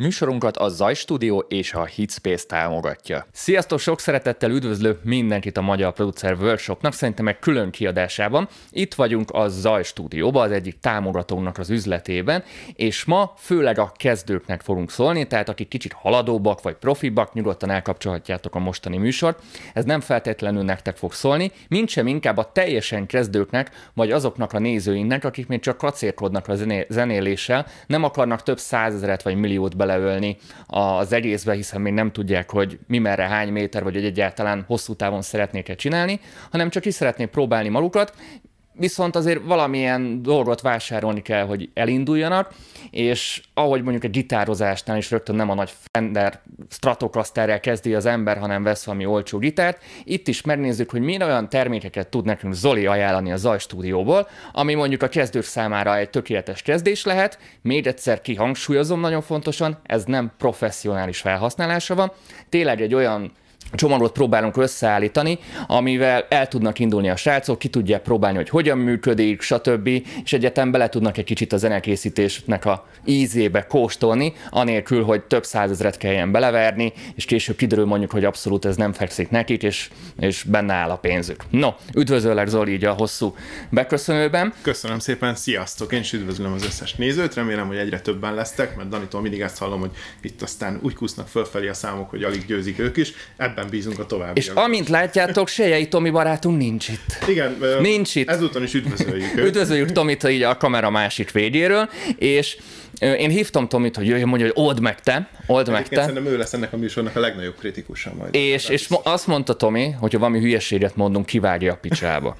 Műsorunkat a Zaj Studio és a Hitspace támogatja. Sziasztok, sok szeretettel üdvözlök mindenkit a Magyar Producer Workshopnak, szerintem egy külön kiadásában. Itt vagyunk a Zaj Studióban, az egyik támogatónak az üzletében, és ma főleg a kezdőknek fogunk szólni, tehát akik kicsit haladóbbak vagy profibbak, nyugodtan elkapcsolhatjátok a mostani műsort. Ez nem feltétlenül nektek fog szólni, mintsem inkább a teljesen kezdőknek, vagy azoknak a nézőinknek, akik még csak kacérkodnak a zenéléssel, nem akarnak több százezret vagy milliót beleölni az egészbe, hiszen még nem tudják, hogy mi merre, hány méter, vagy hogy egyáltalán hosszú távon szeretnék-e csinálni, hanem csak ki szeretnék próbálni magukat, viszont azért valamilyen dolgot vásárolni kell, hogy elinduljanak, és ahogy mondjuk egy gitározásnál is rögtön nem a nagy Fender Stratocasterrel kezdi az ember, hanem vesz valami olcsó gitárt, itt is megnézzük, hogy milyen olyan termékeket tud nekünk Zoli ajánlani a Zaj Stúdióból, ami mondjuk a kezdők számára egy tökéletes kezdés lehet. Még egyszer kihangsúlyozom nagyon fontosan, ez nem professzionális felhasználása van, tényleg egy olyan csomagot próbálunk összeállítani, amivel el tudnak indulni a srácok, ki tudják próbálni, hogy hogyan működik, stb. És egyetem bele tudnak egy kicsit a zenekészítésnek a ízébe kóstolni, anélkül, hogy több százezret kelljen beleverni, és később kiderül mondjuk, hogy abszolút ez nem fekszik nekik, és benne áll a pénzük. No, üdvözöllek Zoli így a hosszú beköszönőben. Köszönöm szépen, sziasztok! Én is üdvözlöm az összes nézőt, remélem, hogy egyre többen lesztek, mert Danitól mindig ezt hallom, hogy itt aztán úgy kúsznak fölfelé a számok, hogy alig győzik ők is. Ebben bízunk a továbbiakban. És amint látjátok, Sejei Tomi barátunk nincs itt. Igen, nincs itt. Ezúton is üdvözöljük őt. Üdvözöljük Tomit így a kamera másik végéről, és én hívtam Tomit, hogy jöjjön, mondja, hogy old meg te. Szerintem ő lesz ennek a műsornak a legnagyobb kritikusa majd. És azt mondta Tomi, hogyha valami hülyeséget mondunk, kivágja a picsába.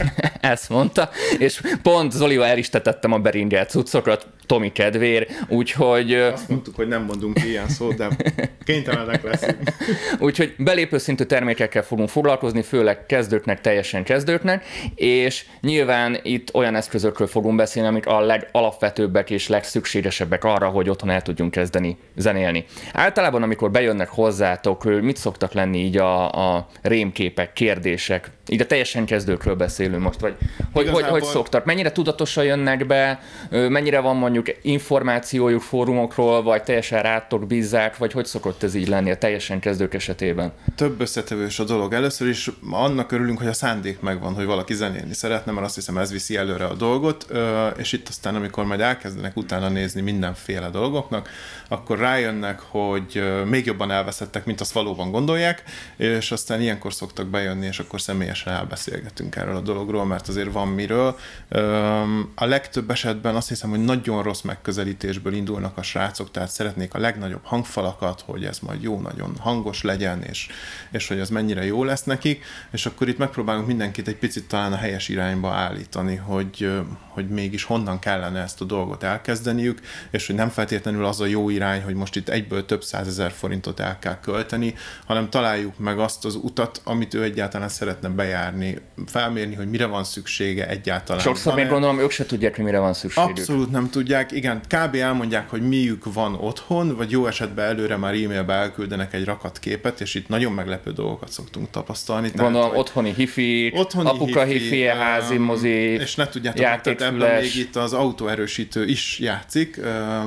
Ezt mondta, és pont Zolival el is tetettem a beringelt cuccokat Tomi kedvér, úgyhogy... Azt mondtuk, hogy nem mondunk ilyen szót, de kénytelenek leszünk. Úgyhogy belépő szintű termékekkel fogunk foglalkozni, főleg kezdőknek, teljesen kezdőknek, és nyilván itt olyan eszközökről fogunk beszélni, amik a legalapvetőbbek és legszükségesebbek arra, hogy otthon el tudjunk kezdeni zenélni. Általában, amikor bejönnek hozzátok, mit szoktak lenni így a rémképek, kérdések? Így a teljesen kezdőkről beszélünk most, vagy hogy szoktak? Mennyire tudatosan jönnek be? Mennyire van mondjuk információjuk fórumokról, vagy teljesen rátok bízzák, vagy hogy szokott ez így lenni a teljesen kezdők esetében? Több összetevős a dolog. Először is annak örülünk, hogy a szándék megvan, hogy valaki zenélni szeretne, mert azt hiszem ez viszi előre a dolgot, és itt aztán, amikor majd elkezdenek utána nézni mindenféle dolgoknak, akkor rájönnek, hogy még jobban elveszettek, mint azt valóban gondolják, és aztán ilyenkor szoktak bejönni, és akkor személyesen elbeszélgetünk erről a dologról, mert azért van miről. A legtöbb esetben azt hiszem, hogy nagyon rossz megközelítésből indulnak a srácok, tehát szeretnék a legnagyobb hangfalakat, hogy ez majd jó, nagyon hangos legyen, és hogy ez mennyire jó lesz nekik, és akkor itt megpróbálunk mindenkit egy picit talán a helyes irányba állítani, hogy mégis honnan kellene ezt a dolgot elkezdeniük, és hogy nem feltétlenül az a jó irány, hogy most itt egyből több százezer forintot el kell költeni, hanem találjuk meg azt az utat, amit ő egyáltalán szeretne bejárni, felmérni, hogy mire van szüksége egyáltalán. Sokszor még gondolom, ők se tudják, hogy mire van szükségük. Abszolút nem tudják, igen, kb. Elmondják, hogy miük van otthon, vagy jó esetben előre már e-mailbe elküldenek egy rakat képet, és itt nagyon meglepő dolgokat szoktunk tapasztalni. Gondolom, tehát, otthoni hifi, apuka hifi, házi mozi, és ne tudjátok, tehát ebben még itt az autóerősítő is játszik,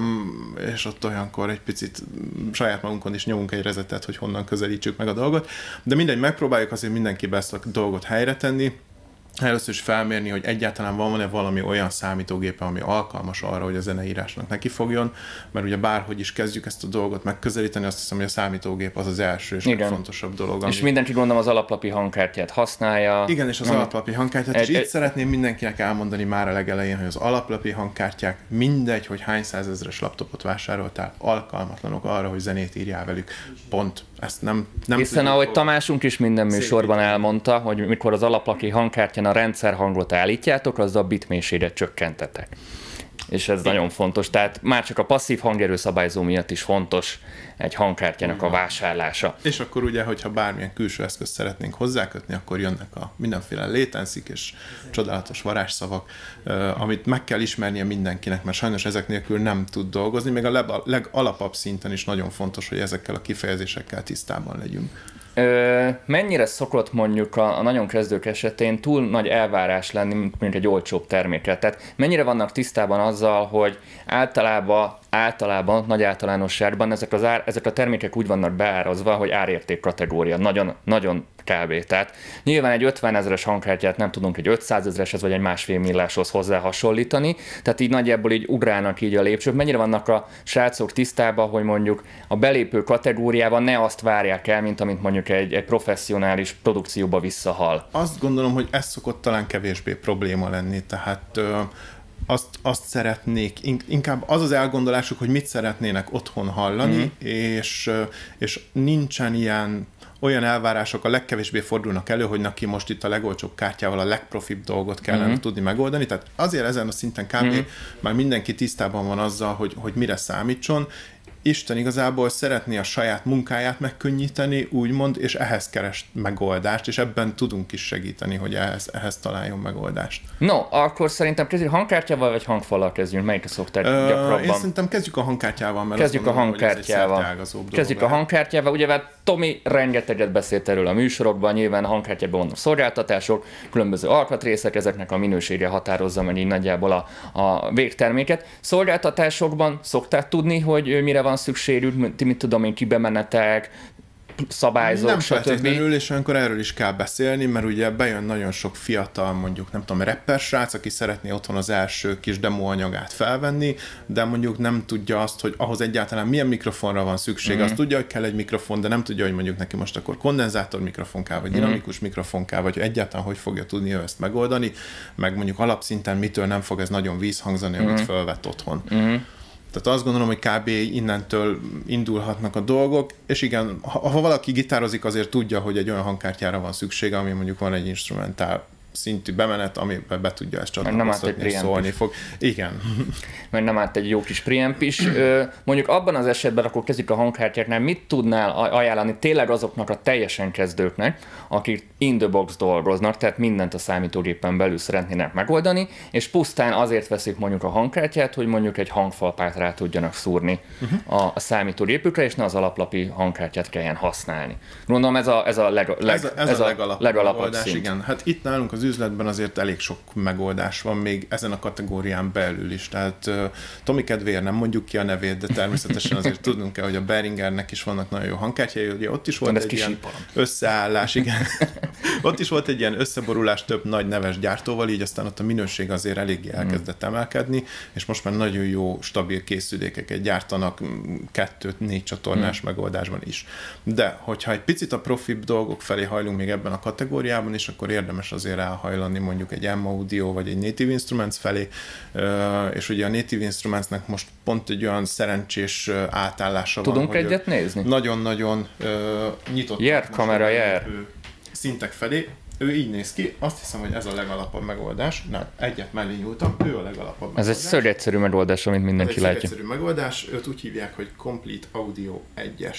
és ott olyankor egy picit saját magunkon is nyomunk egy rezetet, hogy honnan közelítsük meg a dolgot, de mindegy, megpróbáljuk azért mindenkibe ezt a dolgot helyre tenni. Először is felmérni, hogy egyáltalán van-e valami olyan számítógépe, ami alkalmas arra, hogy a zeneírásnak nekifogjon, mert ugye bárhogy is kezdjük ezt a dolgot megközelíteni, azt hiszem, hogy a számítógép az az első és legfontosabb dolog. És mindenki gondolom az alaplapi hangkártyát használja. Igen, és az alaplapi hangkártyát, és itt szeretném mindenkinek elmondani már a legelején, hogy az alaplapi hangkártyák mindegy, hogy hány százezres laptopot vásároltál, alkalmatlanok arra, hogy zenét írjál velük. Pont. Ezt nem hiszen ahogy Tamásunk is minden műsorban elmondta, hogy mikor az alaplapi hangkártyán a rendszerhangot állítjátok, azzal a bitmélységet csökkentetek. És ez nagyon fontos. Tehát már csak a passzív hangerő szabályzó miatt is fontos egy hangkártyának a vásárlása. És akkor ugye, hogyha bármilyen külső eszközt szeretnénk hozzákötni, akkor jönnek a mindenféle létenszik és csodálatos varázsszavak, amit meg kell ismernie mindenkinek, mert sajnos ezek nélkül nem tud dolgozni, még a legalapabb szinten is nagyon fontos, hogy ezekkel a kifejezésekkel tisztában legyünk. Mennyire szokott mondjuk a nagyon kezdők esetén túl nagy elvárás lenni, mint egy olcsóbb termékre? Tehát mennyire vannak tisztában azzal, hogy általában általában, nagy általánosságban ezek a termékek úgy vannak beárazva, hogy árérték kategória. Nagyon, nagyon kb. Tehát nyilván egy 50 000-es hangkártyát nem tudunk egy 500 000-eshez vagy egy 1,5 millióshoz hozzá hasonlítani, tehát így nagyjából így ugrálnak így a lépcsők. Mennyire vannak a srácok tisztában, hogy mondjuk a belépő kategóriában ne azt várják el, mint amit mondjuk egy professzionális produkcióba visszahal? Azt gondolom, hogy ez szokott talán kevésbé probléma lenni, tehát azt szeretnék, inkább az az elgondolásuk, hogy mit szeretnének otthon hallani, és nincsen olyan elvárások, a legkevésbé fordulnak elő, hogy neki most itt a legolcsóbb kártyával a legprofibb dolgot kellene tudni megoldani. Tehát azért ezen a szinten kb. Már mindenki tisztában van azzal, hogy mire számítson. Isten igazából szeretné a saját munkáját megkönnyíteni, úgymond, és ehhez keres megoldást, és ebben tudunk is segíteni, hogy ehhez találjon megoldást. No, akkor szerintem kezdjük hangkártyával, vagy hangfallal kezdjünk? Melyik szoktál gyakrabban? Én szerintem kezdjük a hangkártyával, mert kezdjük a hangkártyával. Kezdjük a hangkártyával. Ugye hát Tomi rengeteget beszélt erről a műsorokban, nyilván a hangkártyában vannak szolgáltatások, különböző alkatrészek, ezeknek a minősége határozza meg így nagyjából a végterméket. Szolgáltatásokban szoktál tudni, hogy mire van szükségük, mit tudom én, kibemenetek, szabályzók, nem stb. feltétlenül, és olyankor erről is kell beszélni, mert ugye bejön nagyon sok fiatal, mondjuk nem tudom, rapper srác, aki szeretné otthon az első kis demo-anyagát felvenni, de mondjuk nem tudja azt, hogy ahhoz egyáltalán milyen mikrofonra van szüksége. Azt tudja, hogy kell egy mikrofon, de nem tudja, hogy mondjuk neki most akkor kondenzátor mikrofon kell, vagy dinamikus mikrofon kell, vagy egyáltalán hogy fogja tudni ő ezt megoldani, meg mondjuk alapszinten mitől nem fog ez nagyon vízhangzani, amit felvett otthon. Tehát azt gondolom, hogy kb. Innentől indulhatnak a dolgok, és igen, ha valaki gitározik, azért tudja, hogy egy olyan hangkártyára van szüksége, ami mondjuk van egy instrumentál szintű bemenet, amiben be tudja ezt csatlakoztatni, és szólni fog. Igen. Mert nem állt egy jó kis preamp is. Mondjuk abban az esetben, akkor kezdjük a hangkártyáknál, mit tudnál ajánlani tényleg azoknak a teljesen kezdőknek, akik in the box dolgoznak, tehát mindent a számítógépen belül szeretnének megoldani, és pusztán azért veszik mondjuk a hangkártyát, hogy mondjuk egy hangfalpát rá tudjanak szúrni a számítógépükre, és ne az alaplapi hangkártyát kelljen használni. Gondolom ez a legalapabb szint. Igen. Hát itt nálunk az üzletben azért elég sok megoldás van még ezen a kategórián belül is. Tehát Tomi kedvéért nem mondjuk ki a nevét, de természetesen azért tudnunk kell, hogy a Behringernek is vannak nagyon jó hangkártyái, ugye ott is volt egy ilyen összeállás, igen. Ott is volt egy ilyen összeborulás több nagy neves gyártóval, így aztán ott a minőség azért eléggé elkezdett emelkedni, és most már nagyon jó, stabil készülékeket gyártanak 2-4 csatornás megoldásban is. De hogyha egy picit a profibb dolgok felé hajlunk még ebben a kategóriában is, akkor érdemes azért elhajlani mondjuk egy M-Audio vagy egy Native Instruments felé, és ugye a Native Instrumentsnek most pont egy olyan szerencsés átállása Tudunk van, hogy egyet nézni? Nagyon-nagyon nyitott szintek felé. Ő így néz ki, azt hiszem, hogy ez a legalapabb megoldás. Nem, egyet mellé nyúltam, ő a legalapabb megoldás. Ez egy szörnyegyszerű megoldás, amit mindenki látja. Ez egy egyszerű megoldás, őt úgy hívják, hogy Complete Audio 1-es.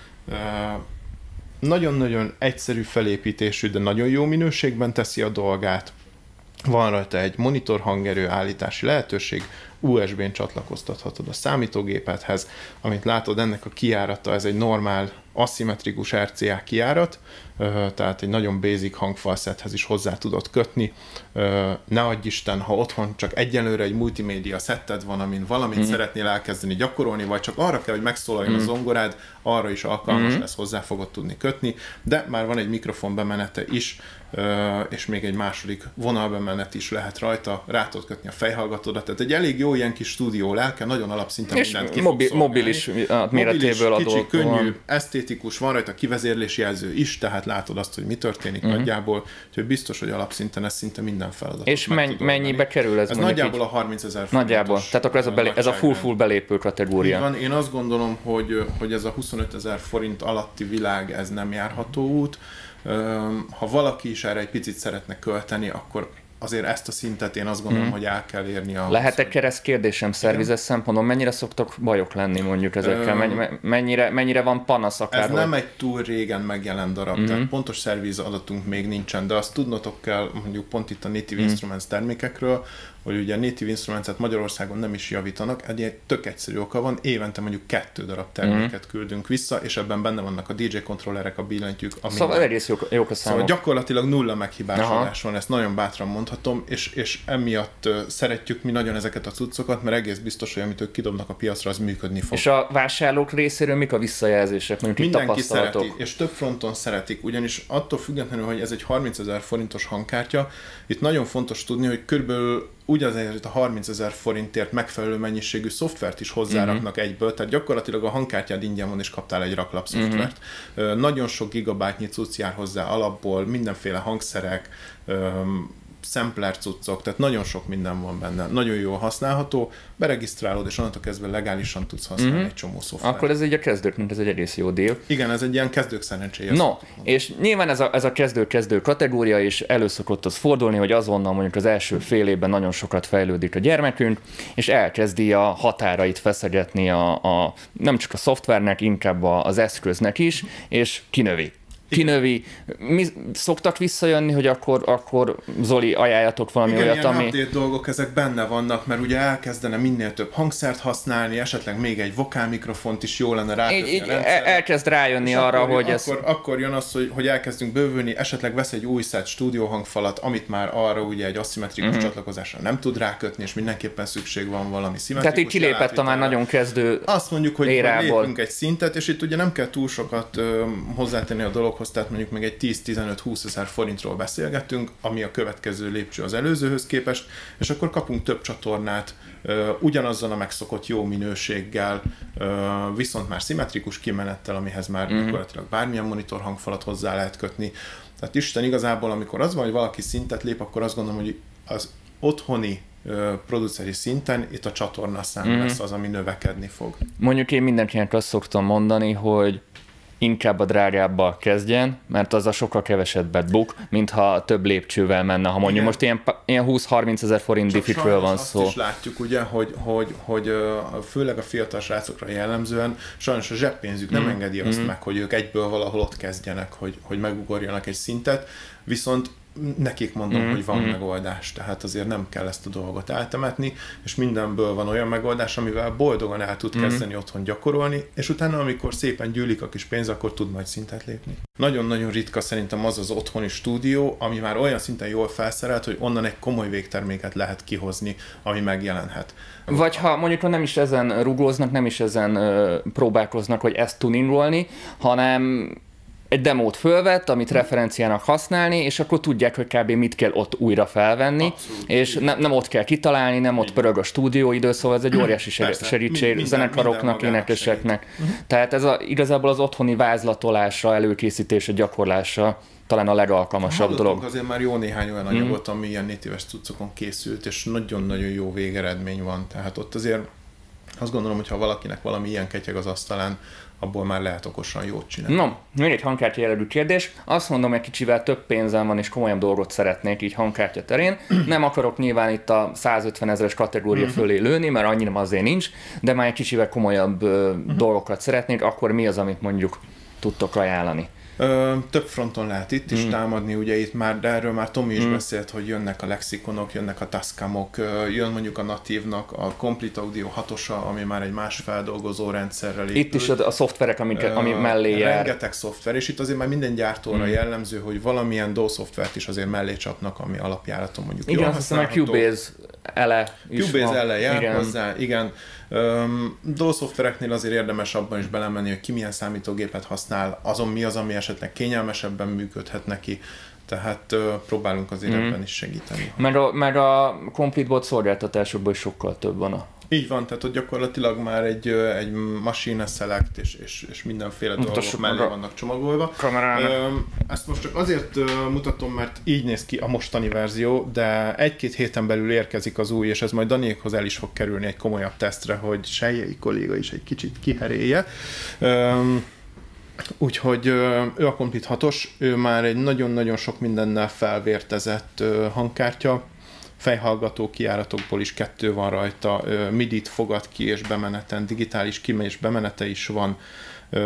Nagyon-nagyon egyszerű felépítésű, de nagyon jó minőségben teszi a dolgát. Van rajta egy monitor hangerő állítási lehetőség, USB-n csatlakoztathatod a számítógépedhez, amit látod, ennek a kijárata, ez egy normál aszimmetrikus RCA kijárat, tehát egy nagyon basic hangfalszethez is hozzá tudod kötni. Ne adj Isten, ha otthon csak egyelőre egy multimédia szetted van, amin valamit szeretnél elkezdeni gyakorolni, vagy csak arra kell, hogy megszólaljon a zongorád, arra is alkalmas lesz, hozzá fogod tudni kötni, de már van egy mikrofon bemenete is, és még egy második vonalbemenet is lehet rajta, rá tudod kötni a fejhallgatódat, tehát egy elég jó ilyen kis stúdió lelke, nagyon alapszinten és mindent ki mobilis méretéből adó. Kicsi, könnyű, esztétikus, van rajta kivezérlési jelző is, tehát látod azt, hogy mi történik nagyjából, úgyhogy biztos, hogy alapszinten ez szinte minden feladat. És mennyibe kerül ez? Ez nagyjából a 30 000 forintos. Nagyjából, tehát akkor ez a full belépő kategória. Van, én azt gondolom, hogy ez a 25 000 forint alatti világ, ez nem járható út. Ha valaki is erre egy picit szeretne költeni, akkor azért ezt a szintet én azt gondolom, hogy el kell érni ahhoz. Lehet-e keresztkérdésem szervizes szempontból? Mennyire szoktak bajok lenni mondjuk ezekkel? Mennyire van panasz akár? Ez nem egy túl régen megjelent darab, tehát pontos szerviz adatunk még nincsen, de azt tudnotok kell mondjuk pont itt a Native Instruments termékekről, hogy ugye a Native Instruments-et Magyarországon nem is javítanak, egy tök egyszerű oka van, évente mondjuk 2 darab terméket küldünk vissza, és ebben benne vannak a DJ kontrollerek, a billentyűk, szóval egész jók a számok. Szóval gyakorlatilag nulla meghibásodás van, ezt nagyon bátran mondhatom, és emiatt szeretjük mi nagyon ezeket a cuccokat, mert egész biztos, hogy amit ők kidobnak a piacra, az működni fog. És a vásárlók részéről mik a visszajelzések, mondjuk mindenki szereti, és több fronton szeretik, ugyanis attól függetlenül, hogy ez egy 30 000 forintos hangkártya, itt nagyon fontos tudni, hogy körülbelül ugyanazért a 30 000 forintért megfelelő mennyiségű szoftvert is hozzáraknak egyből, tehát gyakorlatilag a hangkártyád ingyen van, és kaptál egy raklap szoftvert. Nagyon sok gigabájtnyi cucc jár hozzá alapból, mindenféle hangszerek, sampler cuccok, tehát nagyon sok minden van benne. Nagyon jól használható, beregisztrálod, és onnantól kezdve legálisan tudsz használni egy csomó szoftvert. Akkor ez egy a kezdőknek, ez egy egész jó deal. Igen, ez egy ilyen kezdők szerencséje. No, és nyilván ez a kezdő kategória is elő szokott az fordulni, hogy azonnal mondjuk az első fél évben nagyon sokat fejlődik a gyermekünk, és elkezdi a határait feszegetni nem csak a szoftvernek, inkább az eszköznek is, és kinövi. Szoktak visszajönni, hogy akkor Zoli, ajánljatok valami olyat, ami... Igen, ilyen dolgok, ezek benne vannak, mert ugye elkezdene minél több hangszert használni, esetleg még egy vokálmikrofont is jó lenne rákötni a rendszerre. Elkezd rájönni arra, hogy ez... Akkor jön az, hogy elkezdünk bővülni, esetleg vesz egy új szett stúdióhangfalat, amit már arra ugye egy aszimmetrikus csatlakozásra nem tud rákötni, és mindenképpen szükség van valami szimmetrikus. Tehát így kilépett a már nagyon kezdő. Azt mondjuk, hogy lépünk egy szintet, és itt ugye nem kell túl sokat hozzátenni a dolog, tehát mondjuk még egy 10-15-20 000 forintról beszélgetünk, ami a következő lépcső az előzőhöz képest, és akkor kapunk több csatornát, ugyanazzal a megszokott jó minőséggel, viszont már szimmetrikus kimenettel, amihez már gyakorlatilag bármilyen monitor hangfalat hozzá lehet kötni. Tehát Isten igazából, amikor az van, hogy valaki szintet lép, akkor azt gondolom, hogy az otthoni produceri szinten itt a csatornaszám lesz az, ami növekedni fog. Mondjuk én mindenkinek azt szoktam mondani, hogy inkább a drágábbal kezdjen, mert az a sokkal kevesebbet buk, mintha több lépcsővel menne. Ha mondjuk most ilyen 20-30 000 forint diffikről van szó. Azt is látjuk ugye, hogy főleg a fiatal srácokra jellemzően sajnos a zseppénzük nem engedi azt meg, hogy ők egyből valahol ott kezdjenek, hogy megugorjanak egy szintet, viszont nekik mondom, hogy van megoldás, tehát azért nem kell ezt a dolgot eltemetni, és mindenből van olyan megoldás, amivel boldogan el tud kezdeni otthon gyakorolni, és utána, amikor szépen gyűlik a kis pénz, akkor tud majd szintet lépni. Nagyon-nagyon ritka szerintem az otthoni stúdió, ami már olyan szinten jól felszerelt, hogy onnan egy komoly végterméket lehet kihozni, ami megjelenhet. Vagy ha mondjuk nem is ezen rugóznak, nem is ezen próbálkoznak, hogy ezt tuningolni, hanem egy demót fölvett, amit referenciának használni, és akkor tudják, hogy kb. Mit kell ott újra felvenni, abszolút, és nem ott kell kitalálni, nem ott pörög a stúdióidő, szóval ez egy óriási segítség zenekaroknak, énekeseknek. Tehát ez igazából az otthoni vázlatolásra, előkészítése, gyakorlásra talán a legalkalmasabb dolog. Azért már jó néhány olyan anyagot, ami ilyen natíves cuccokon készült, és nagyon-nagyon jó végeredmény van. Tehát ott azért azt gondolom, hogy ha valakinek valami ilyen ketyeg az asztalán, abból már lehet okosan jót csinálni. No, még egy hangkártya jellegű kérdés. Azt mondom, egy kicsivel több pénzem van, és komolyabb dolgot szeretnék így hangkártya terén. Nem akarok nyilván itt a 150 000-es kategória fölé lőni, mert annyira azért nincs, de már egy kicsivel komolyabb dolgokat szeretnék, akkor mi az, amit mondjuk tudtok ajánlani? Több fronton lehet itt is támadni, ugye itt már, de erről már Tomi is beszélt, hogy jönnek a lexikonok, jönnek a Tascamok, jön mondjuk a Natívnak a Complete Audio 6-osa, ami már egy más feldolgozó rendszerrel épül. Itt is a szoftverek, ami mellé jár. Rengeteg szoftver, és itt azért már minden gyártóra jellemző, hogy valamilyen DAW szoftvert is azért mellé csapnak, ami alapjáraton mondjuk jól használható. Igen, azt hiszem, a Cubase ele is Cubase ele jár hozzá, igen. DAW szoftvereknél azért érdemes abban is belemenni, hogy ki milyen számítógépet használ, azon mi az, ami esetleg kényelmesebben működhet neki, tehát próbálunk azért ebben is segíteni. Meg a Complete Bot szolgáltatásokban is sokkal több van Így van, tehát ott gyakorlatilag már egy machine select és mindenféle dolgok mellé vannak csomagolva. Ezt most csak azért mutatom, mert így néz ki a mostani verzió, de 1-2 héten belül érkezik az új, és ez majd Daniékhoz el is fog kerülni egy komolyabb tesztre, hogy Sejjei kolléga is egy kicsit kiherélje. Úgyhogy ő a Complete 6-os, ő már egy nagyon-nagyon sok mindennel felvértezett hangkártya, fejhallgató kijáratokból is 2 van rajta, MIDI-t fogad ki és bemeneten, digitális és bemenete is van,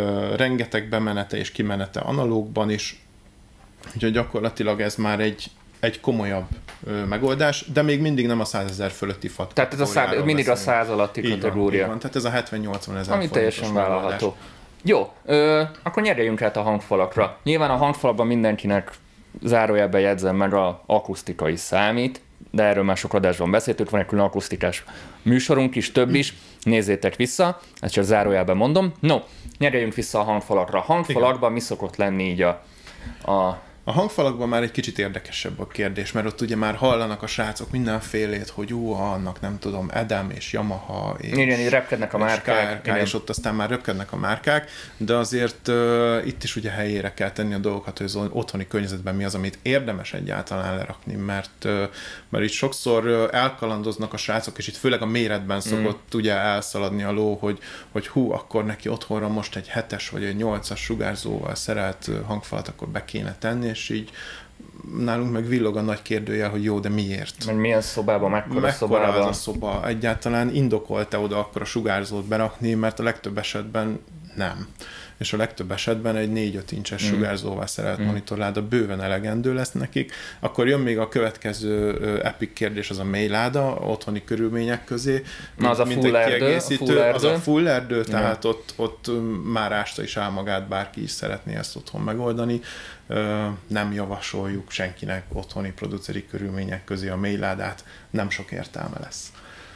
rengeteg bemenete és kimenete analógban is, úgyhogy gyakorlatilag ez már egy egy komolyabb megoldás, de még mindig nem a 100 000 fölötti FAT. Tehát ez mindig a 100 alatti kategória. Így van, tehát ez a 70-80 ezer ami teljesen vállalható. Jó, akkor nyerjünk át a hangfalakra. Nyilván a hangfalakban mindenkinek zárójelben jegyzem meg a akusztika is számít, de erről már sok adásban beszéltünk, van egy külön akusztikás műsorunk is, több is, nézzétek vissza, ezt csak zárójelben mondom. No, nyerjünk vissza a hangfalakra. A hangfalakban mi szokott lenni így A hangfalakban már egy kicsit érdekesebb a kérdés, mert ott ugye már hallanak a srácok mindenfélét, hogy annak nem tudom, Edem és Yamaha és, igen, így repkednek a márkák. És ott aztán már röpkednek a márkák, de azért itt is ugye helyére kell tenni a dolgokat, hogy az otthoni környezetben mi az, amit érdemes egyáltalán lerakni, mert itt sokszor elkalandoznak a srácok, és itt főleg a méretben szokott ugye elszaladni a ló, hogy akkor neki otthonra most egy 7-es vagy egy 8-as sugárzóval szerelt hangfalat akkor be kéne tenni, és így nálunk meg villog a nagy kérdőjel, hogy jó, de miért? Mert milyen szobában, mekkora szobában? az a szoba? Egyáltalán indokolt-e oda akkor a sugárzót berakni, mert a legtöbb esetben nem. És a legtöbb esetben egy 4-5 incses sugárzóval szerelt monitorláda bőven elegendő lesz nekik. Akkor jön még a következő epic kérdés, az a mélyláda otthoni körülmények közé. Na, az a full erdő. Az a full erdő, tehát ott már ásta is áll magát, bárki is szeretné ezt otthon megoldani. Nem javasoljuk senkinek otthoni produceri körülmények közé a mélyládát, nem sok értelme lesz.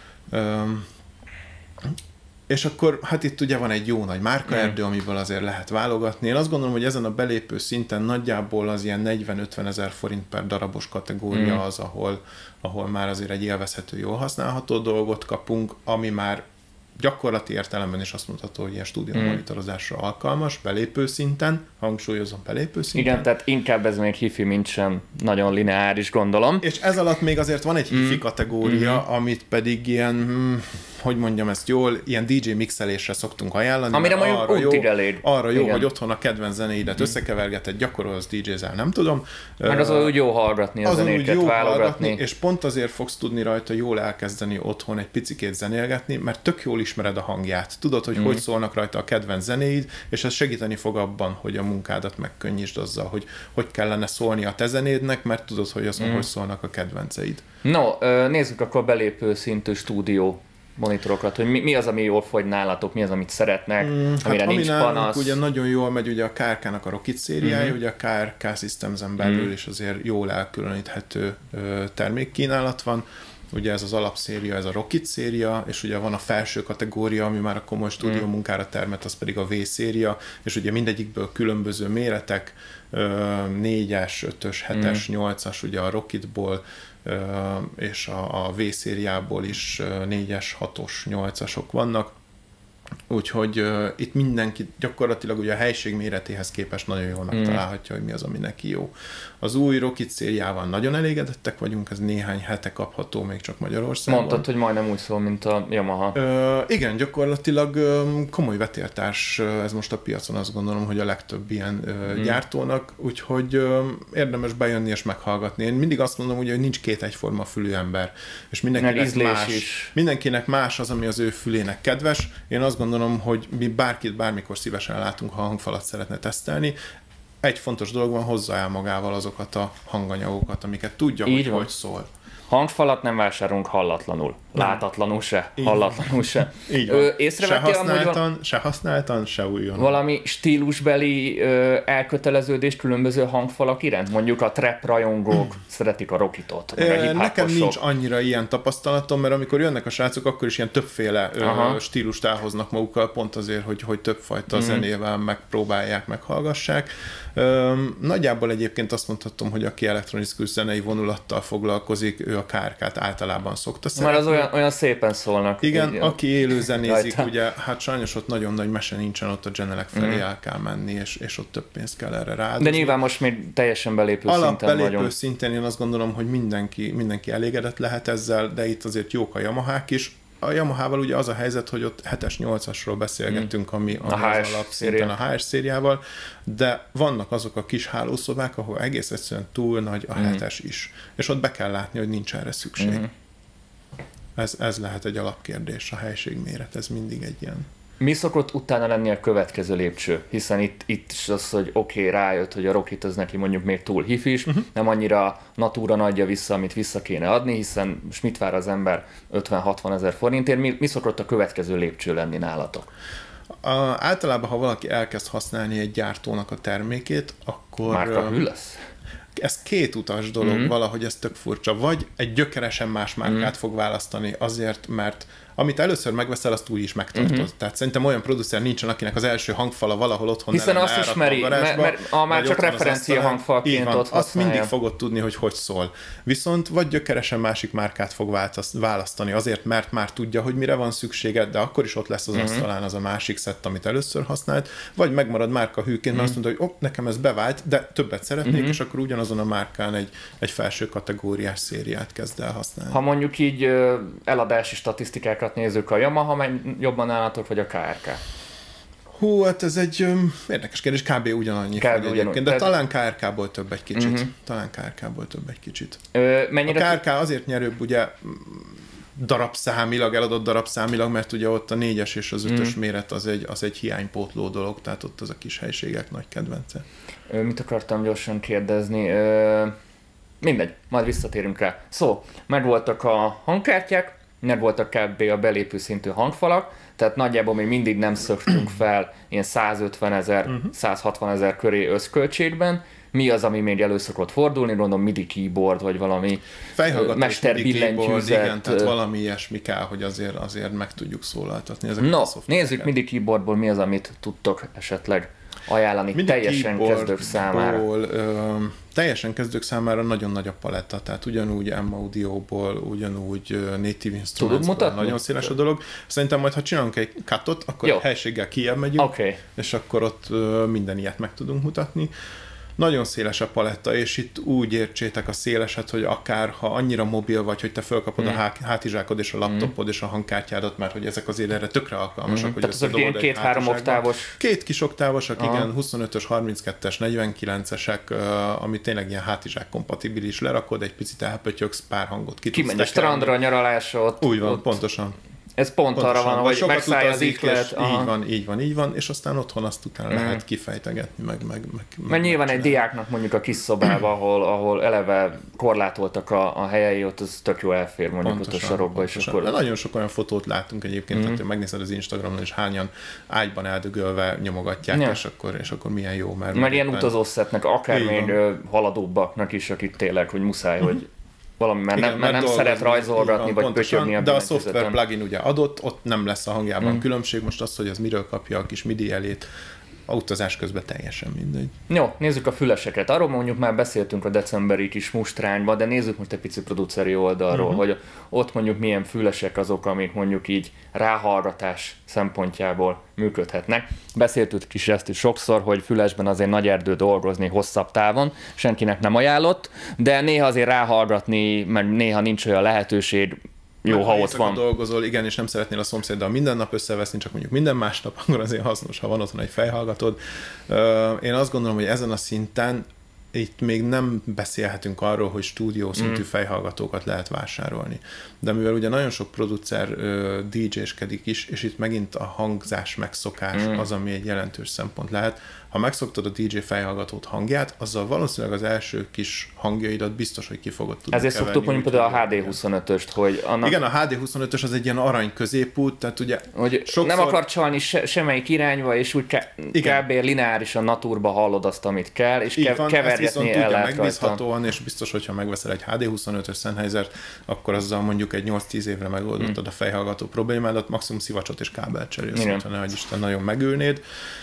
És akkor hát itt ugye van egy jó nagy márkaerdő, amiből azért lehet válogatni. Én azt gondolom, hogy ezen a belépő szinten nagyjából az ilyen 40-50 ezer forint per darabos kategória az, ahol már azért egy élvezhető, jól használható dolgot kapunk, ami már gyakorlati értelemben is azt mondható, hogy ilyen stúdió monitorozásra alkalmas, belépő szinten, hangsúlyozom belépő szinten. Igen, tehát inkább ez még hifi, mint sem nagyon lineáris, gondolom. És ez alatt még azért van egy hifi kategória, amit pedig ilyen, hogy mondjam ezt jól, ilyen DJ mixelésre szoktunk ajánlani. Amire mondjuk útig elég. Arra jó, hogy otthon a kedvenc zenéidet összekevergeted, gyakorolsz, DJ-zel, nem tudom. Meg az úgy jó hallgatni a zenéket, válogatni. És pont azért fogsz tudni rajta jól elkezdeni otthon egy picikét zenélgetni, mert tök jól ismered a hangját. Tudod, hogy szólnak rajta a kedvenc zenéid, és ez segíteni fog abban, hogy a munkádat megkönnyítsd azzal, hogy kellene szólni a te zenédnek, mert tudod, hogy azon hogy szólnak a kedvenceid. No, nézzük akkor belépő szintű stúdió monitorokat, hogy mi az, ami jól fogy nálatok, mi az, amit szeretnek, amire nincs panasz. Ugye nagyon jól megy ugye a KRK-nak a Rockit szériája, ugye a KRK Systems-en belül is azért jól elkülöníthető termékkínálat van. Ugye ez az alapszéria, ez a Rockit széria, és ugye van a felső kategória, ami már a komoly stúdió munkára termet, az pedig a V széria, és ugye mindegyikből különböző méretek, 4-es, 5-ös, 7-es, 8-as, ugye a Rockitból, és a V szériából is 4-es, 6-os, 8-asok vannak. Úgyhogy itt mindenki gyakorlatilag ugye a helység méretéhez képest nagyon jól megtalálhatja, hogy mi az, ami neki jó. Az új Rockit szériával nagyon elégedettek vagyunk, ez néhány hete kapható még csak Magyarországon. Mondtad, hogy majdnem úgy szól, mint a Yamaha. Igen, gyakorlatilag komoly vetéltárs ez most a piacon, azt gondolom, hogy a legtöbb ilyen gyártónak, úgyhogy érdemes bejönni és meghallgatni. Én mindig azt mondom, ugye, hogy nincs két egyforma fülű ember, és mindenkinek más az, ami az ő fülének kedves. Én azt gondolom, hogy mi bárkit bármikor szívesen látunk, ha a hangfalat szeretne tesztelni. Egy fontos dolog van, hozza el magával azokat a hanganyagokat, amiket tudja, hogy szól. Hangfalat nem vásárolunk hallatlanul. Látatlanul se, hallatlanul se. Se használtan, se újon. Valami stílusbeli elköteleződés különböző hangfalak iránt? Mondjuk a trap rajongók szeretik a rockitot, meg a hip-hoposok. Nekem nincs annyira ilyen tapasztalatom, mert amikor jönnek a srácok, akkor is ilyen többféle stílust elhoznak magukkal, pont azért, hogy többfajta zenével megpróbálják, meghallgassák. Nagyjából egyébként azt mondhatom, hogy aki elektronikus zenei vonulattal foglalkozik, ő a KRK-t általában szokta szeretni. Már az olyan szépen szólnak. Igen, aki élő zenézik, ugye, hát sajnos ott nagyon nagy mese nincsen, ott a Genelec felé el kell menni, és ott több pénzt kell erre ráadozni. De nyilván most még teljesen belépő szinten vagyunk. Belépő szinten én azt gondolom, hogy mindenki elégedett lehet ezzel, de itt azért jók a Yamahák is. A Yamahával ugye az a helyzet, hogy ott 7-es, 8-asról beszélgettünk, ami az alapszinten a HS szériával, de vannak azok a kis hálószobák, ahol egész egyszerűen túl nagy a 7-es is. És ott be kell látni, hogy nincs erre szükség. Ez lehet egy alapkérdés, a helységméret, ez mindig egy ilyen. Mi szokott utána lenni a következő lépcső? Hiszen itt is az, hogy oké, rájött, hogy a Rockit az neki mondjuk még túl hifis, nem annyira natúran adja vissza, amit vissza kéne adni, hiszen most mit vár az ember 50-60 ezer forintért? Mi szokott a következő lépcső lenni nálatok? Általában, ha valaki elkezd használni egy gyártónak a termékét, akkor... Márkahű lesz? Ez két utas dolog, valahogy ez tök furcsa. Vagy egy gyökeresen más márkát fog választani azért, mert amit először megveszel, azt úgy is megtartod. Tehát szerintem olyan producer nincsen, akinek az első hangfala valahol otthon hiszen azt ismeri, mert már csak referencia hangfalként ott azt mindig fogod tudni, hogy szól. Viszont vagy gyökeresen másik márkát fog választani azért, mert már tudja, hogy mire van szükséged, de akkor is ott lesz az asztalán az a másik szett, amit először használt, vagy megmarad márka hűként, mert azt mondta, hogy nekem ez bevált, de többet szeretnék, és akkor ugyanazon a márkán egy felső kategóriás szériát kezd el használni. Ha mondjuk így eladási statisztikákat nézzük, a Yamaha megy jobban nálatok, vagy a KRK? Hú, hát ez egy érdekes kérdés, kb. Ugyanannyi fogy egyébként, de talán KRK-ból több egy kicsit. Talán KRK-ból több egy kicsit. A KRK azért nyerőbb, ugye eladott darabszámilag, mert ugye ott a 4-es és az 5-ös méret az egy hiánypótló dolog, tehát ott az a kis helyiségek nagy kedvence. Mit akartam gyorsan kérdezni? Mindegy, majd visszatérünk rá. Megvoltak a hangkártyák, megvoltak kb. A belépő szintű hangfalak, tehát nagyjából még mindig nem szöktünk fel ilyen 150 ezer, 160 ezer köré összköltségben. Mi az, ami még elő szokott fordulni? Gondolom MIDI keyboard, vagy valami mester billentyűzet. Igen, tehát valami ilyesmi kell, hogy azért meg tudjuk szólaltatni. Nézzük MIDI keyboardból mi az, amit tudtok esetleg ajánlani MIDI teljesen kezdők számára. Teljesen kezdők számára nagyon nagy a paletta, tehát ugyanúgy M-Audio-ból, ugyanúgy Native Instruments-ból nagyon széles a dolog. Szerintem majd, ha csinálunk egy cutot, akkor helységgel kijebb megyünk, és akkor ott minden ilyet meg tudunk mutatni. Nagyon széles a paletta, és itt úgy értsétek a széleset, hogy akár ha annyira mobil vagy, hogy te fölkapod a hátizsákod és a laptopod és a hangkártyádat, mert hogy ezek azért erre tökre alkalmasak. Hogy tehát azok ilyen 2-3 oktávos? 2 kis oktávosak, igen, 25-ös, 32-es, 49-esek, ami tényleg ilyen hátizsák kompatibilis, lerakod, egy picit elpötyöksz, pár hangot ki tudsz kimegy a strandra, nyaralásra ott. Úgy van, pontosan. Ez pont arra van, hogy megszállja az ihlet. Így van, és aztán otthon azt utána lehet kifejtegetni, meg nyilván egy diáknak mondjuk a kis szobába, ahol eleve korlátoltak a helyei, ott az tök jó elfér mondjuk ott a sarokba. És akkor... De nagyon sok olyan fotót látunk egyébként, tehát megnézed az Instagramon, és hányan ágyban eldögölve nyomogatják, és akkor milyen jó. Mert ilyen utazószetnek, akár még haladóbbaknak is, akik tényleg, hogy muszáj, hogy valami, mert nem szeret rajzolgatni, vagy pötyögni a de a szoftver plugin ugye adott, ott nem lesz a hangjában különbség, most az, hogy az miről kapja a kis MIDI elét, a utazás közben teljesen mindegy. Jó, nézzük a füleseket. Arról mondjuk már beszéltünk a decemberi kis mustrányba, de nézzük most egy pici produceri oldalról, hogy ott mondjuk milyen fülesek azok, amik mondjuk így ráhallgatás szempontjából működhetnek. Beszéltük is ezt is sokszor, hogy fülesben azért nagy erdő dolgozni hosszabb távon, senkinek nem ajánlott, de néha azért ráhallgatni, mert néha nincs olyan lehetőség, jó, ha ott van. Dolgozol, igen, és nem szeretnél a szomszéddal minden nap összeveszni, csak mondjuk minden másnap, akkor azért hasznos, ha van otthon egy fejhallgatód. Én azt gondolom, hogy ezen a szinten itt még nem beszélhetünk arról, hogy stúdió szintű fejhallgatókat lehet vásárolni. De mivel ugye nagyon sok producer DJ-skedik is, és itt megint a hangzás megszokás az, ami egy jelentős szempont lehet. Ha megszoktad a DJ fejhallgatót hangját, azzal valószínűleg az első kis hangjaidat biztos, hogy ki fogod tudni ezért keverni. Szoktuk mondjuk például a HD25-öst, hogy annak... Igen, a HD25-ös az egy ilyen arany középút, tehát ugye hogy sokszor... nem akar csalni semmelyik irányba, és úgy kb. Lineárisan naturba hallod azt, amit kell, és kevergetni el lehet megbízhatóan, és biztos, hogyha megveszel egy HD25-ös Sennheisert, akkor azzal mondjuk egy 8-10 évre megoldottad a fejhallgató problémádat, maximum szivacsot és kábelt cserélsz, hogyha nehogy Isten nagyon megülnéd.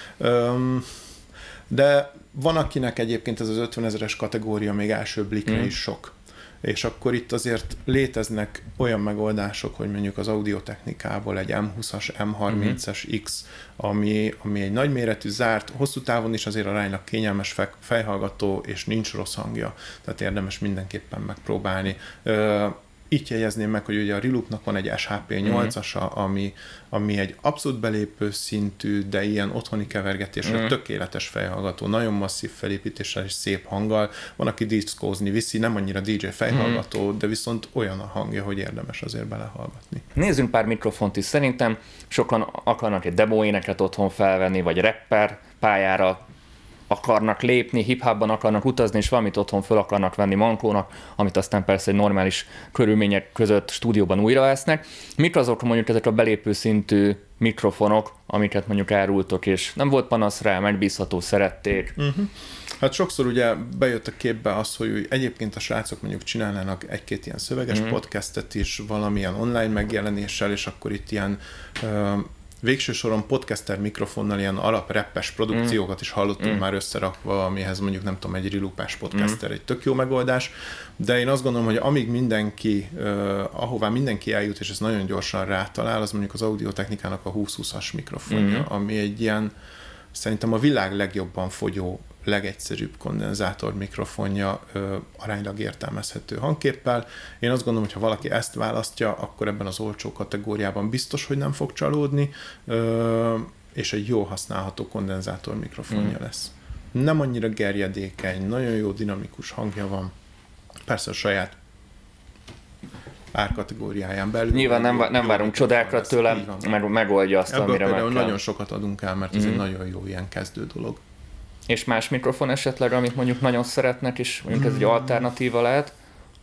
De van, akinek egyébként ez az 50 000-es kategória még első blikre is sok. És akkor itt azért léteznek olyan megoldások, hogy mondjuk az audiotechnikából egy M20-as, M30-as X, ami egy nagyméretű, zárt, hosszú távon is azért aránylag kényelmes fejhallgató, és nincs rossz hangja. Tehát érdemes mindenképpen megpróbálni. Itt jegyezném meg, hogy ugye a Reloopnak van egy SHP8-asa, ami egy abszolút belépő szintű, de ilyen otthoni kevergetésre tökéletes fejhallgató, nagyon masszív felépítéssel és szép hanggal. Van, aki diszkózni viszi, nem annyira DJ fejhallgató, de viszont olyan a hangja, hogy érdemes azért belehallgatni. Nézzünk pár mikrofont is. Szerintem sokan akarnak egy demo éneket otthon felvenni, vagy rapper pályára akarnak lépni, hip-hopban akarnak utazni, és valamit otthon föl akarnak venni mankónak, amit aztán persze egy normális körülmények között stúdióban újravesznek. Mik azok mondjuk ezek a belépő szintű mikrofonok, amiket mondjuk árultok, és nem volt panasz rá, megbízható, szerették? Hát sokszor ugye bejött a képbe az, hogy egyébként a srácok mondjuk csinálnának egy-két ilyen szöveges podcastet is, valamilyen online megjelenéssel, és akkor itt ilyen végső soron podcaster mikrofonnal ilyen alapreppes produkciókat is hallottunk már összerakva, amihez mondjuk nem tudom, egy Reloopás podcaster egy tök jó megoldás, de én azt gondolom, hogy amíg mindenki, ahová mindenki eljut, és ez nagyon gyorsan rátalál, az mondjuk az Audio-Technikának a 2020-as mikrofonja, ami egy ilyen, szerintem a világ legjobban fogyó, legegyszerűbb kondenzátor mikrofonja aránylag értelmezhető hangképpel. Én azt gondolom, hogy ha valaki ezt választja, akkor ebben az olcsó kategóriában biztos, hogy nem fog csalódni, és egy jó használható kondenzátor mikrofonja lesz. Nem annyira gerjedékeny, nagyon jó dinamikus hangja van. Persze a saját árkategóriáján belül. Nyilván nem várunk csodákat tőle, mert megoldja azt, ebből amire meg kell. Nagyon sokat adunk el, mert ez egy nagyon jó ilyen kezdő dolog. És más mikrofon esetleg, amit mondjuk nagyon szeretnek, és mondjuk ez egy alternatíva lehet?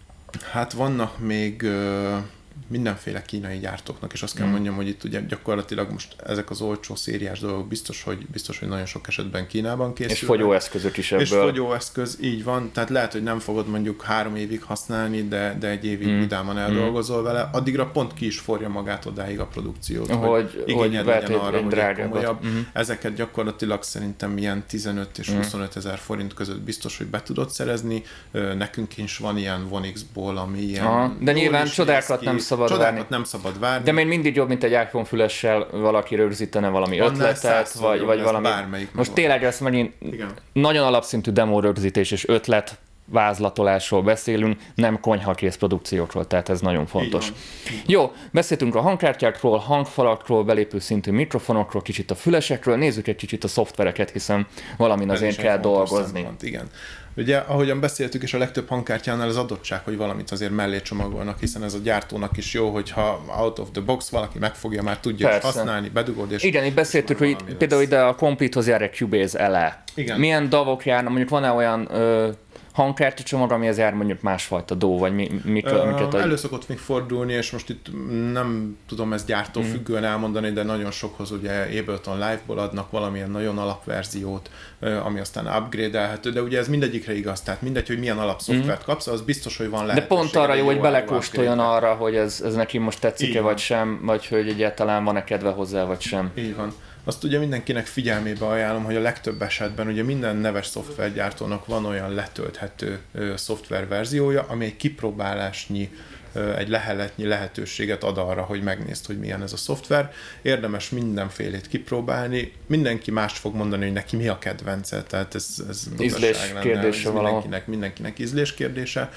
Hát vannak még mindenféle kínai gyártóknak, és azt kell mondjam, hogy itt ugye gyakorlatilag most ezek az olcsó szériás dolgok biztos, hogy nagyon sok esetben Kínában készülnek. És fogyóeszközök is ebből. És fogyóeszköz, így van, tehát lehet, hogy nem fogod mondjuk 3 évig használni, de egy évig vidáman eldolgozol vele, addigra pont ki is forja magát odáig a produkciót, hogy igényed legyen arra, hogy egy komolyabb. Ezeket gyakorlatilag szerintem ilyen 15 és 25 ezer forint között biztos, hogy be tudod szerezni. Nekünk is van ilyen Vonixból, ami ilyen... De nyilván csodákat nem szabad várni. De még mindig jobb, mint egy iPhone fülessel valaki rögzítene valami ötletet, vagy valami... Most tényleg ezt megint nagyon alapszintű demo rögzítés és ötlet vázlatolásról beszélünk, nem konyhakész produkciókról, tehát ez nagyon fontos. Jó, beszéltünk a hangkártyákról, hangfalakról, belépő szintű mikrofonokról, kicsit a fülesekről, nézzük egy kicsit a szoftvereket, hiszen valamin azért kell dolgozni. Szempont, igen. Ugye, ahogyan beszéltük, és a legtöbb hangkártyánál az adottság, hogy valamit azért mellé csomagolnak, hiszen ez a gyártónak is jó, hogyha out of the box valaki megfogja, már tudja használni, bedugod, és... Igen, itt beszéltük, hogy például ide a Complete-hoz jár egy Cubase LE. Igen. Milyen davok járnak, mondjuk van-e olyan hangkártyacsomag, amihez jár mondjuk másfajta DAW, vagy miket elő szokott még fordulni, és most itt nem tudom ezt gyártó függően elmondani, de nagyon sokhoz ugye Ableton Live-ból adnak valamilyen nagyon alapverziót, ami aztán upgrade-elhető, de ugye ez mindegyikre igaz, tehát mindegy, hogy milyen alapszoftvert kapsz, az biztos, hogy van lehetőség. De pont arra jó, hogy belekóstoljon arra, hogy ez neki most tetszik-e vagy sem, vagy hogy egyáltalán van-e kedve hozzá, vagy sem. Így van. Azt ugye mindenkinek figyelmébe ajánlom, hogy a legtöbb esetben ugye minden neves szoftvergyártónak van olyan letölthető szoftververziója, ami egy kipróbálásnyi, egy leheletnyi lehetőséget ad arra, hogy megnézd, hogy milyen ez a szoftver. Érdemes mindenfélét kipróbálni. Mindenki mást fog mondani, hogy neki mi a kedvence, tehát ez ízlés kérdése valahol. Mindenkinek ízlés kérdése.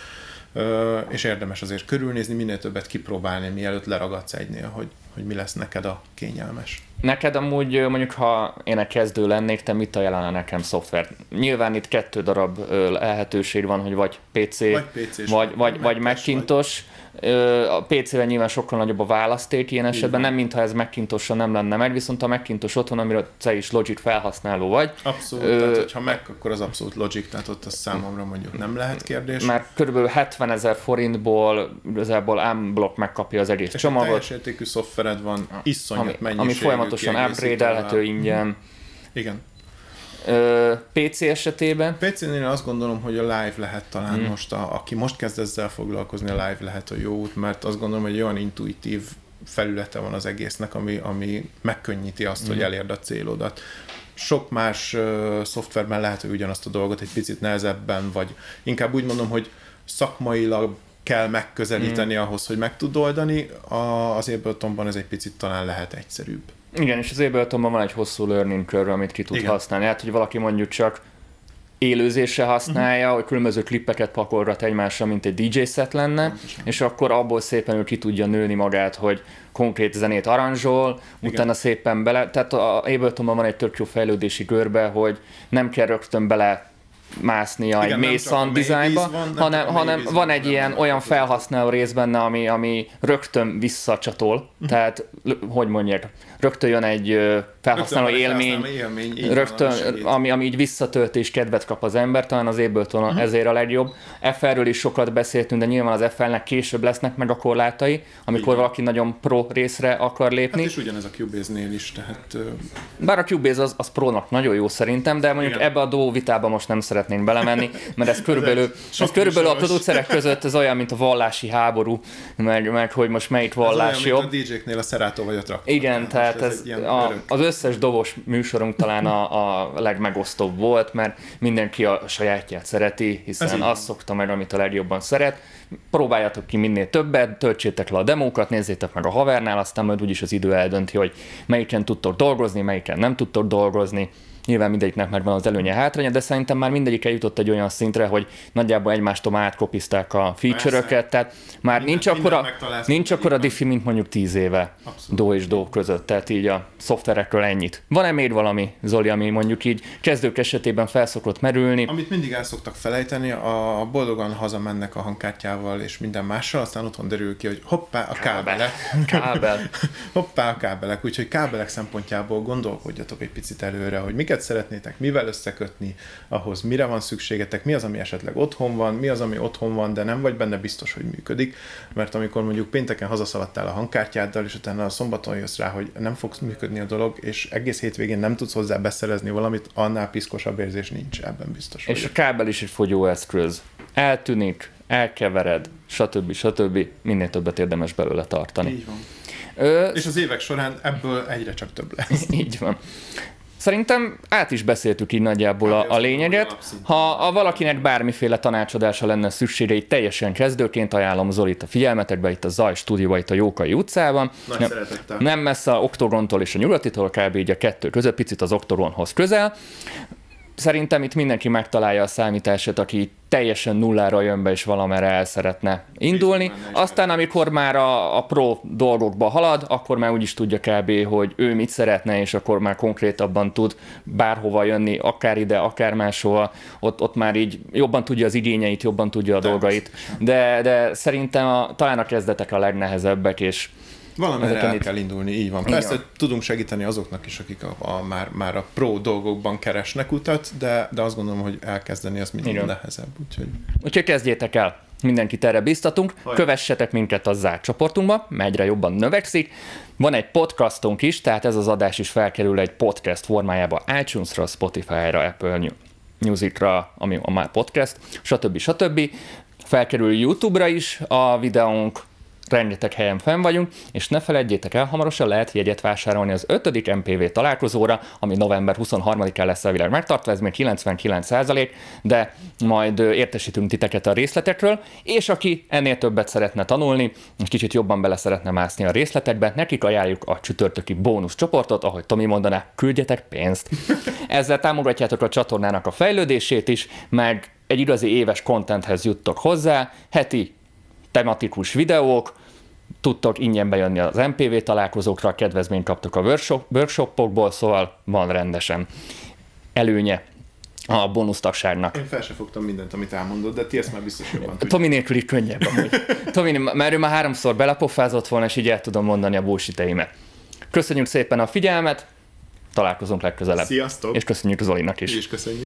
És érdemes azért körülnézni, minél többet kipróbálni, mielőtt leragadsz egynél, hogy mi lesz neked a kényelmes. Neked amúgy, mondjuk, ha én egy kezdő lennék, te mit ajánlana nekem szoftvert? Nyilván itt 2 darab lehetőség van, hogy vagy PC, vagy Macintosh. A PC-vel nyilván sokkal nagyobb a választék ilyen esetben, nem mintha ez Macintosh-ra nem lenne meg, viszont a Macintosh otthon, amiről te is Logic felhasználó vagy. Abszolút, tehát hogyha meg, akkor az abszolút Logic, tehát ott az számomra mondjuk nem lehet kérdés. Már körülbelül 70 000 forintból igazából unblock megkapja az egész csomagot. Teljes értékű szoftvered van, iszonyat mennyiségű, ami folyamatosan upgrade-elhető ingyen. Igen. PC esetében? PC-nél azt gondolom, hogy a live lehet talán most, aki most kezd ezzel foglalkozni, a live lehet a jó út, mert azt gondolom, hogy olyan intuitív felülete van az egésznek, ami megkönnyíti azt, hogy elérd a célodat. Sok más szoftverben lehet, hogy ugyanazt a dolgot egy picit nehezebben, vagy inkább úgy mondom, hogy szakmailag kell megközelíteni ahhoz, hogy meg tud oldani. Az Abletonban ez egy picit talán lehet egyszerűbb. Igen, és az Abletonban van egy hosszú learning curve, amit ki tud használni. Hát, hogy valaki mondjuk csak élőzésre használja, hogy különböző klippeket pakolgat egymásra, mint egy DJ set lenne, és akkor abból szépen ő ki tudja nőni magát, hogy konkrét zenét aranzsol, utána szépen bele, tehát a Abletonban van egy tök jó fejlődési görbe, hogy nem kell rögtön bele másznia egy mély sound designba, hanem van egy ilyen olyan felhasználó rész benne, ami rögtön visszacsatol, tehát hogy mondják, rögtön jön egy felhasználó élmény, rögtön, ami így visszatölt és kedvet kap az ember, talán az Ableton ezért a legjobb. FL-ről is sokat beszéltünk, de nyilván az FL-nek később lesznek meg a korlátai, amikor valaki nagyon pro részre akar lépni. Hát és ugyanez a Cubase-nél is, tehát... Bár a Cubase az pro-nak nagyon jó szerintem, de mondjuk ebbe a DAW vitába most nem szeretnénk belemenni, mert ez körülbelül a producerek között ez olyan, mint a vallási háború, meg hogy most melyik vallás ez jobb. olyan, mint a DJ-knél a Serato vagy a Traktor. Igen, tehát ez az összes dobos műsorunk talán a legmegosztóbb volt, mert mindenki a sajátját szereti, hiszen azt szokta meg, amit a legjobban szeret. Próbáljátok ki minél többet, töltsétek le a demókat, nézzétek meg a havernál, aztán majd úgyis az idő eldönti, hogy melyiken tudtok dolgozni, melyiken nem tudtok dolgozni. Nyilván mindegyiknek megvan az előnye, hátránya, de szerintem már mindegyik eljutott egy olyan szintre, hogy nagyjából egymástól már átkopizták a feature-öket, tehát már nincs akkora diffi, mint mondjuk 10 éve DAW és DAW között, tehát így a szoftverekről ennyit. Van-e még valami, Zoli, ami mondjuk így kezdők esetében felszokott merülni? Amit mindig el szoktak felejteni, a boldogan hazamennek a hangkártyával és minden mással, aztán otthon derül ki, hogy hoppá, a kábelek. Hoppá, a kábelek, úgyhogy kábelek szempontjából gondolkodjatok egy picit előre, hogy miket szeretnétek, mivel összekötni, ahhoz mire van szükségetek, mi az, ami esetleg otthon van, mi az, ami otthon van, de nem vagy benne biztos, hogy működik, mert amikor mondjuk pénteken hazaszaladtál a hangkártyáddal, és utána a szombaton jössz rá, hogy nem fogsz működni a dolog, és egész hétvégén nem tudsz hozzá beszerezni valamit, annál piszkosabb érzés nincs, ebben biztos vagyok. És a kábel is egy fogyóeszköz. Eltűnik, elkevered, stb. Minél többet érdemes belőle tartani. Így van. És az évek során ebből egyre csak több lesz. Így van. Szerintem át is beszéltük így nagyjából a lényeget. Ha valakinek bármiféle tanácsadása lenne szüksége, így teljesen kezdőként ajánlom Zolit a figyelmetekbe, itt a Zaj stúdióban, itt a Jókai utcában. Nagy szeretettel. Nem messze a Oktogontól és a Nyugatitól, kb. Így a kettő között, picit az Oktogonhoz közel. Szerintem itt mindenki megtalálja a számítását, aki teljesen nullára jön be és valamerre el szeretne indulni. Aztán amikor már a pro dolgokba halad, akkor már úgy is tudja kb. Hogy ő mit szeretne, és akkor már konkrétabban tud bárhova jönni, akár ide, akár máshova. Ott már így jobban tudja az igényeit, jobban tudja a dolgait. De szerintem talán a kezdetek a legnehezebbek, és valamire el kell indulni, így van. Persze tudunk segíteni azoknak is, akik már a pro dolgokban keresnek utat, de azt gondolom, hogy elkezdeni az mindig nehezebb. Úgyhogy kezdjétek el. Mindenkit erre biztatunk. Kövessetek minket a zárt csoportunkba, mert egyre jobban növekszik. Van egy podcastunk is, tehát ez az adás is felkerül egy podcast formájába iTunes-ra, Spotify-ra, Apple Music-ra, ami a már podcast, stb. Felkerül YouTube-ra is a videónk, rengeteg helyen fenn vagyunk, és ne feledjétek el, hamarosan lehet jegyet vásárolni az 5. MPV találkozóra, ami november 23-án lesz elvileg megtartva, ez még 99%, de majd értesítünk titeket a részletekről, és aki ennél többet szeretne tanulni, és kicsit jobban bele szeretne mászni a részletekbe, nekik ajánljuk a csütörtöki bónusz csoportot, ahogy Tomi mondaná, küldjetek pénzt. Ezzel támogatjátok a csatornának a fejlődését is, meg egy igazi éves contenthez juttok hozzá, heti tematikus videók, tudtok ingyen bejönni az MPV találkozókra, kedvezményt kaptok a workshopokból, szóval van rendesen előnye a bónusztagságnak. Én fel sem fogtam mindent, amit elmondod, de ti ezt már biztos jobban tudjátok. Tomi nélkül így könnyebb amúgy. Tomi, mert ő már 3-szor belapofázott volna, és így el tudom mondani a bullshit-eimet. Köszönjük szépen a figyelmet, találkozunk legközelebb. Sziasztok! És köszönjük Zolinak is. És köszönjük.